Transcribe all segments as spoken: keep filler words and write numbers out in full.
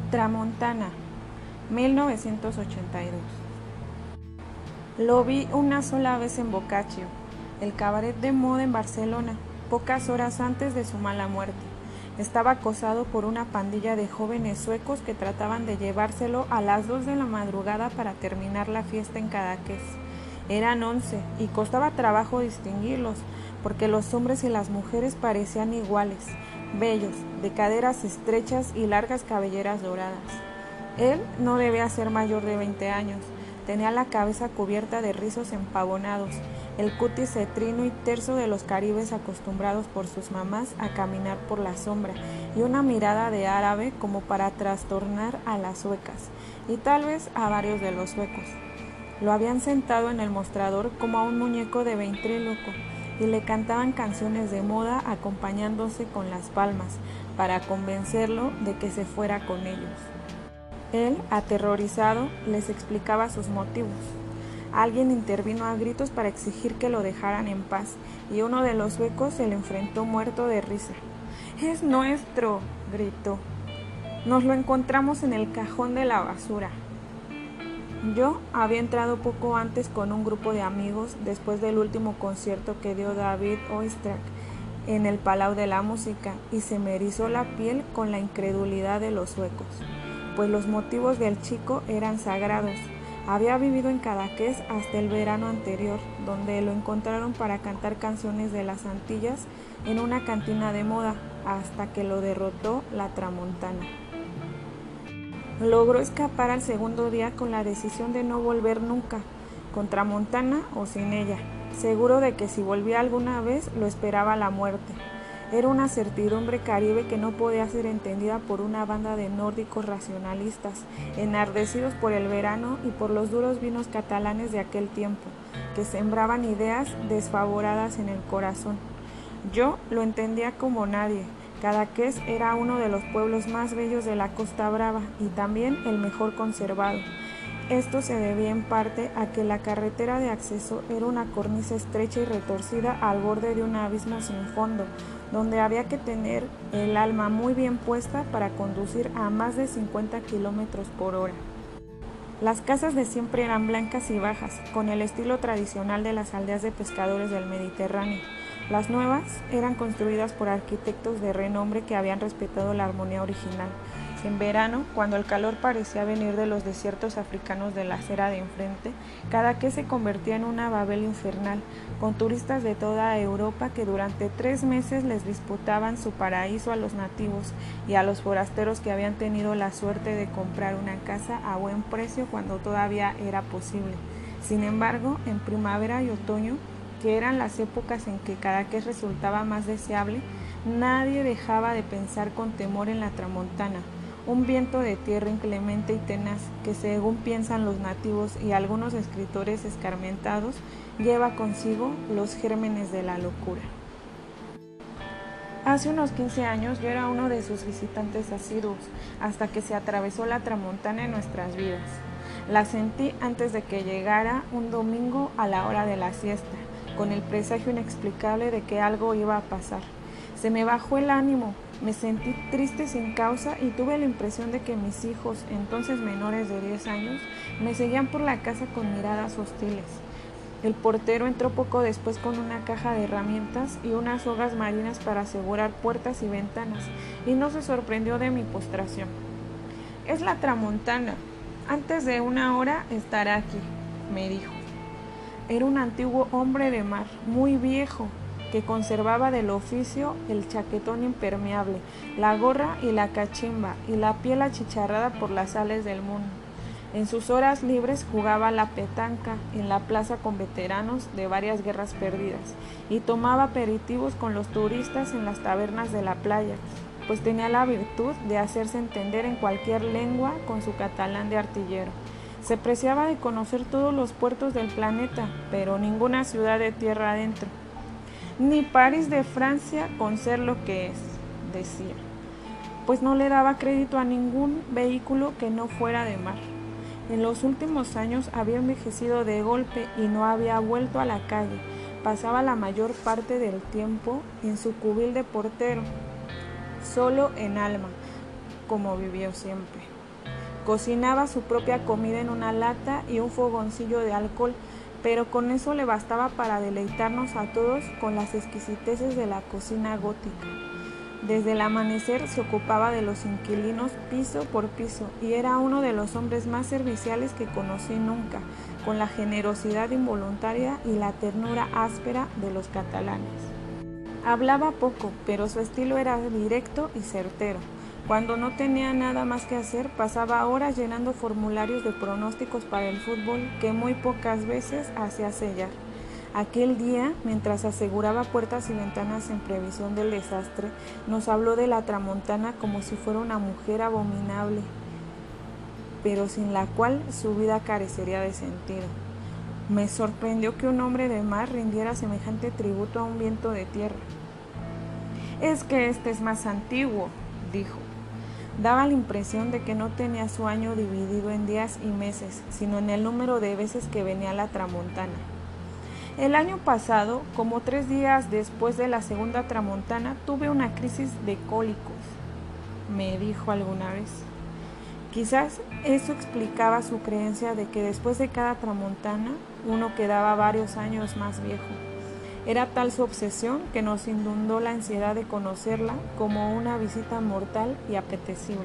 Tramontana, mil novecientos ochenta y dos. Lo vi una sola vez en Boccaccio, el cabaret de moda en Barcelona, pocas horas antes de su mala muerte. Estaba acosado por una pandilla de jóvenes suecos que trataban de llevárselo a las dos de la madrugada para terminar la fiesta en Cadaqués. Eran once y costaba trabajo distinguirlos, porque los hombres y las mujeres parecían iguales, bellos, de caderas estrechas y largas cabelleras doradas. Él no debía ser mayor de veinte años, tenía la cabeza cubierta de rizos empavonados, el cutis cetrino y terso de los caribes acostumbrados por sus mamás a caminar por la sombra, y una mirada de árabe como para trastornar a las suecas, y tal vez a varios de los suecos. Lo habían sentado en el mostrador como a un muñeco de ventríloco, y le cantaban canciones de moda acompañándose con las palmas, para convencerlo de que se fuera con ellos. Él, aterrorizado, les explicaba sus motivos. Alguien intervino a gritos para exigir que lo dejaran en paz, y uno de los suecos se le enfrentó muerto de risa. «¡Es nuestro!», gritó. «Nos lo encontramos en el cajón de la basura». Yo había entrado poco antes con un grupo de amigos después del último concierto que dio David Oistrakh en el Palau de la Música, y se me erizó la piel con la incredulidad de los suecos, pues los motivos del chico eran sagrados. Había vivido en Cadaqués hasta el verano anterior, donde lo encontraron para cantar canciones de las Antillas en una cantina de moda, hasta que lo derrotó la Tramontana. Logró escapar al segundo día con la decisión de no volver nunca, con Tramontana o sin ella, seguro de que si volvía alguna vez lo esperaba la muerte. Era una certidumbre caribe que no podía ser entendida por una banda de nórdicos racionalistas, enardecidos por el verano y por los duros vinos catalanes de aquel tiempo, que sembraban ideas desfavoradas en el corazón. Yo lo entendía como nadie. Cadaqués era uno de los pueblos más bellos de la Costa Brava y también el mejor conservado. Esto se debía en parte a que la carretera de acceso era una cornisa estrecha y retorcida al borde de un abismo sin fondo, donde había que tener el alma muy bien puesta para conducir a más de cincuenta kilómetros por hora. Las casas de siempre eran blancas y bajas, con el estilo tradicional de las aldeas de pescadores del Mediterráneo. Las nuevas eran construidas por arquitectos de renombre que habían respetado la armonía original. En verano, cuando el calor parecía venir de los desiertos africanos de la acera de enfrente, Cadaqués se convertía en una Babel infernal, con turistas de toda Europa que durante tres meses les disputaban su paraíso a los nativos y a los forasteros que habían tenido la suerte de comprar una casa a buen precio cuando todavía era posible. Sin embargo, en primavera y otoño, que eran las épocas en que Cadaqués resultaba más deseable, nadie dejaba de pensar con temor en la Tramontana, un viento de tierra inclemente y tenaz que, según piensan los nativos y algunos escritores escarmentados, lleva consigo los gérmenes de la locura. Hace unos quince años yo era uno de sus visitantes asiduos, hasta que se atravesó la Tramontana en nuestras vidas. La sentí antes de que llegara un domingo a la hora de la siesta, con el presagio inexplicable de que algo iba a pasar. Se me bajó el ánimo, me sentí triste sin causa y tuve la impresión de que mis hijos, entonces menores de diez años, me seguían por la casa con miradas hostiles. El portero entró poco después con una caja de herramientas y unas sogas marinas para asegurar puertas y ventanas, y no se sorprendió de mi postración. «Es la Tramontana. Antes de una hora estará aquí», me dijo. Era un antiguo hombre de mar, muy viejo, que conservaba del oficio el chaquetón impermeable, la gorra y la cachimba, y la piel achicharrada por las sales del mundo. En sus horas libres jugaba la petanca en la plaza con veteranos de varias guerras perdidas, y tomaba aperitivos con los turistas en las tabernas de la playa, pues tenía la virtud de hacerse entender en cualquier lengua con su catalán de artillero. Se preciaba de conocer todos los puertos del planeta, pero ninguna ciudad de tierra adentro. «Ni París de Francia con ser lo que es», decía, pues no le daba crédito a ningún vehículo que no fuera de mar. En los últimos años había envejecido de golpe y no había vuelto a la calle. Pasaba la mayor parte del tiempo en su cubil de portero, solo en alma, como vivió siempre. Cocinaba su propia comida en una lata y un fogoncillo de alcohol, pero con eso le bastaba para deleitarnos a todos con las exquisiteces de la cocina gótica. Desde el amanecer se ocupaba de los inquilinos piso por piso y era uno de los hombres más serviciales que conocí nunca, con la generosidad involuntaria y la ternura áspera de los catalanes. Hablaba poco, pero su estilo era directo y certero. Cuando no tenía nada más que hacer, pasaba horas llenando formularios de pronósticos para el fútbol que muy pocas veces hacía sellar. Aquel día, mientras aseguraba puertas y ventanas en previsión del desastre, nos habló de la tramontana como si fuera una mujer abominable, pero sin la cual su vida carecería de sentido. Me sorprendió que un hombre de mar rindiera semejante tributo a un viento de tierra. «Es que este es más antiguo», dijo. Daba la impresión de que no tenía su año dividido en días y meses, sino en el número de veces que venía la tramontana. El año pasado, como tres días después de la segunda tramontana, tuve una crisis de cólicos, me dijo alguna vez. Quizás eso explicaba su creencia de que después de cada tramontana uno quedaba varios años más viejo. Era tal su obsesión que nos inundó la ansiedad de conocerla como una visita mortal y apetecible.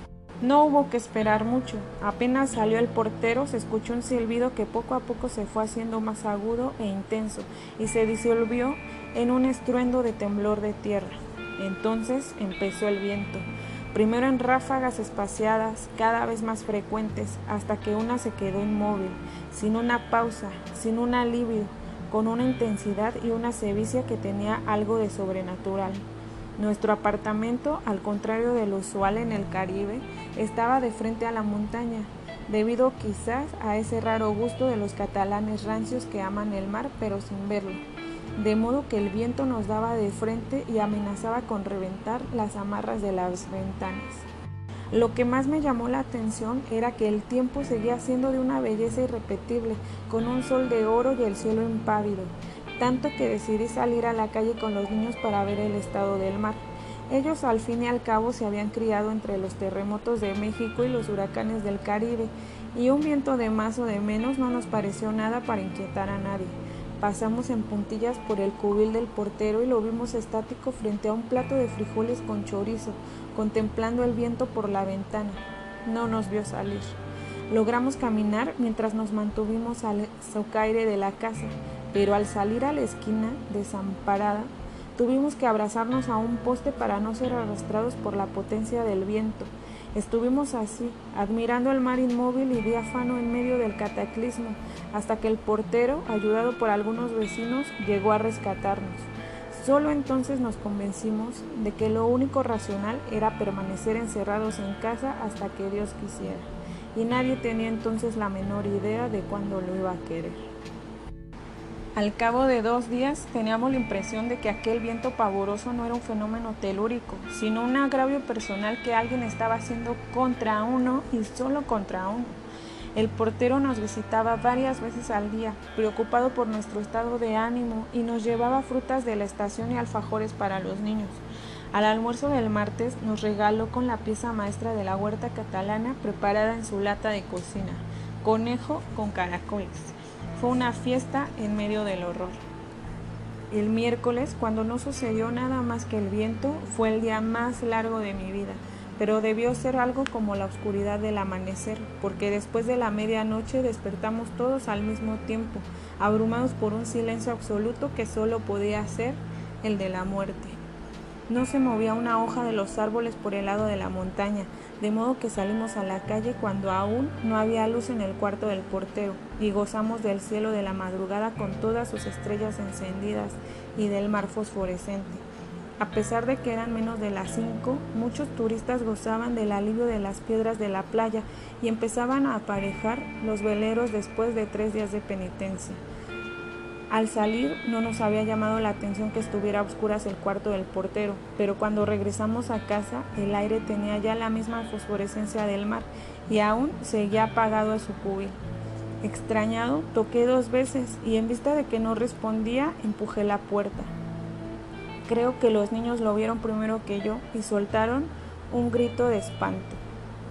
No hubo que esperar mucho. Apenas salió el portero, se escuchó un silbido que poco a poco se fue haciendo más agudo e intenso y se disolvió en un estruendo de temblor de tierra. Entonces empezó el viento, primero en ráfagas espaciadas, cada vez más frecuentes, hasta que una se quedó inmóvil, sin una pausa, sin un alivio, con una intensidad y una sevicia que tenía algo de sobrenatural. Nuestro apartamento, al contrario de lo usual en el Caribe, estaba de frente a la montaña, debido quizás a ese raro gusto de los catalanes rancios que aman el mar pero sin verlo, de modo que el viento nos daba de frente y amenazaba con reventar las amarras de las ventanas. Lo que más me llamó la atención era que el tiempo seguía siendo de una belleza irrepetible, con un sol de oro y el cielo impávido, tanto que decidí salir a la calle con los niños para ver el estado del mar. Ellos al fin y al cabo se habían criado entre los terremotos de México y los huracanes del Caribe, y un viento de más o de menos no nos pareció nada para inquietar a nadie. Pasamos en puntillas por el cubil del portero y lo vimos estático frente a un plato de frijoles con chorizo, contemplando el viento por la ventana. No nos vio salir. Logramos caminar mientras nos mantuvimos al socaire de la casa, pero al salir a la esquina, desamparada, tuvimos que abrazarnos a un poste para no ser arrastrados por la potencia del viento. Estuvimos así, admirando el mar inmóvil y diáfano en medio del cataclismo, hasta que el portero, ayudado por algunos vecinos, llegó a rescatarnos. Solo entonces nos convencimos de que lo único racional era permanecer encerrados en casa hasta que Dios quisiera, y nadie tenía entonces la menor idea de cuándo lo iba a querer. Al cabo de dos días teníamos la impresión de que aquel viento pavoroso no era un fenómeno telúrico, sino un agravio personal que alguien estaba haciendo contra uno y solo contra uno. El portero nos visitaba varias veces al día, preocupado por nuestro estado de ánimo, y nos llevaba frutas de la estación y alfajores para los niños. Al almuerzo del martes nos regaló con la pieza maestra de la huerta catalana preparada en su lata de cocina, conejo con caracoles. Fue una fiesta en medio del horror. El miércoles, cuando no sucedió nada más que el viento, fue el día más largo de mi vida, pero debió ser algo como la oscuridad del amanecer, porque después de la medianoche despertamos todos al mismo tiempo, abrumados por un silencio absoluto que solo podía ser el de la muerte. No se movía una hoja de los árboles por el lado de la montaña, de modo que salimos a la calle cuando aún no había luz en el cuarto del portero, y gozamos del cielo de la madrugada con todas sus estrellas encendidas y del mar fosforescente. A pesar de que eran menos de las cinco, muchos turistas gozaban del alivio de las piedras de la playa y empezaban a aparejar los veleros después de tres días de penitencia. Al salir no nos había llamado la atención que estuviera a oscuras el cuarto del portero, pero cuando regresamos a casa el aire tenía ya la misma fosforescencia del mar y aún seguía apagado a su cubil. Extrañado, toqué dos veces y en vista de que no respondía, empujé la puerta. Creo que los niños lo vieron primero que yo y soltaron un grito de espanto.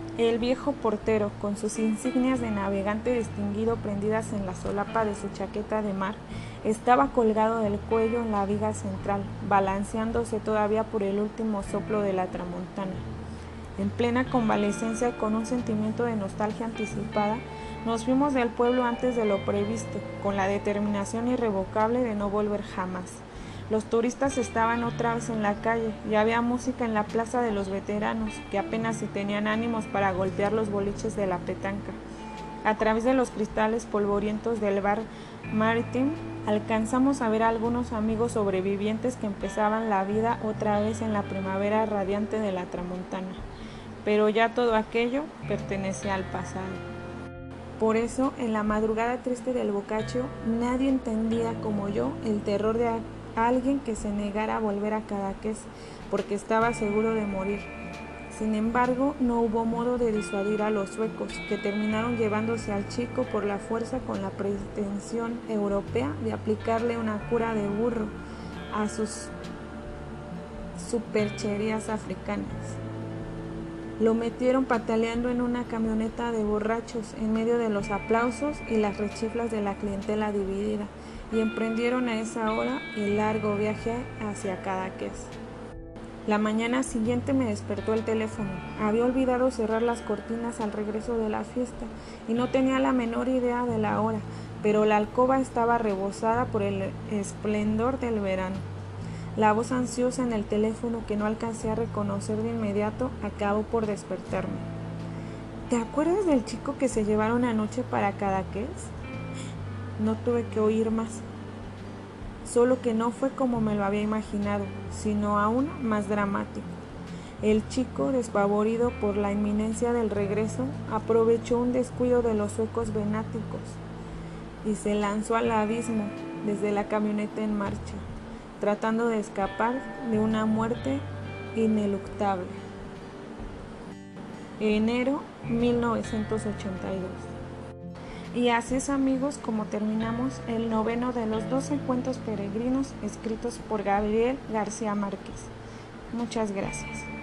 El viejo portero, con sus insignias de navegante distinguido prendidas en la solapa de su chaqueta de mar, estaba colgado del cuello en la viga central, balanceándose todavía por el último soplo de la tramontana. En plena convalecencia y con un sentimiento de nostalgia anticipada, nos fuimos del pueblo antes de lo previsto, con la determinación irrevocable de no volver jamás. Los turistas estaban otra vez en la calle y había música en la plaza de los veteranos, que apenas si tenían ánimos para golpear los boliches de la petanca. A través de los cristales polvorientos del bar Maritime, alcanzamos a ver a algunos amigos sobrevivientes que empezaban la vida otra vez en la primavera radiante de la tramontana. Pero ya todo aquello pertenecía al pasado. Por eso, en la madrugada triste del Boccaccio, nadie entendía como yo el terror de alguien que se negara a volver a Cadaqués, porque estaba seguro de morir. Sin embargo, no hubo modo de disuadir a los suecos, que terminaron llevándose al chico por la fuerza con la pretensión europea de aplicarle una cura de burro a sus supercherías africanas. Lo metieron pataleando en una camioneta de borrachos en medio de los aplausos y las rechiflas de la clientela dividida, y emprendieron a esa hora el largo viaje hacia Cadaqués. La mañana siguiente me despertó el teléfono. Había olvidado cerrar las cortinas al regreso de la fiesta y no tenía la menor idea de la hora, pero la alcoba estaba rebosada por el esplendor del verano. La voz ansiosa en el teléfono, que no alcancé a reconocer de inmediato, acabó por despertarme. ¿Te acuerdas del chico que se llevaron anoche para Cadaqués? No tuve que oír más. Solo que no fue como me lo había imaginado, sino aún más dramático. El chico, despavorido por la inminencia del regreso, aprovechó un descuido de los suecos venáticos y se lanzó al abismo desde la camioneta en marcha, tratando de escapar de una muerte ineluctable. Enero mil novecientos ochenta y dos. Y así es, amigos, como terminamos el noveno de los doce cuentos peregrinos escritos por Gabriel García Márquez. Muchas gracias.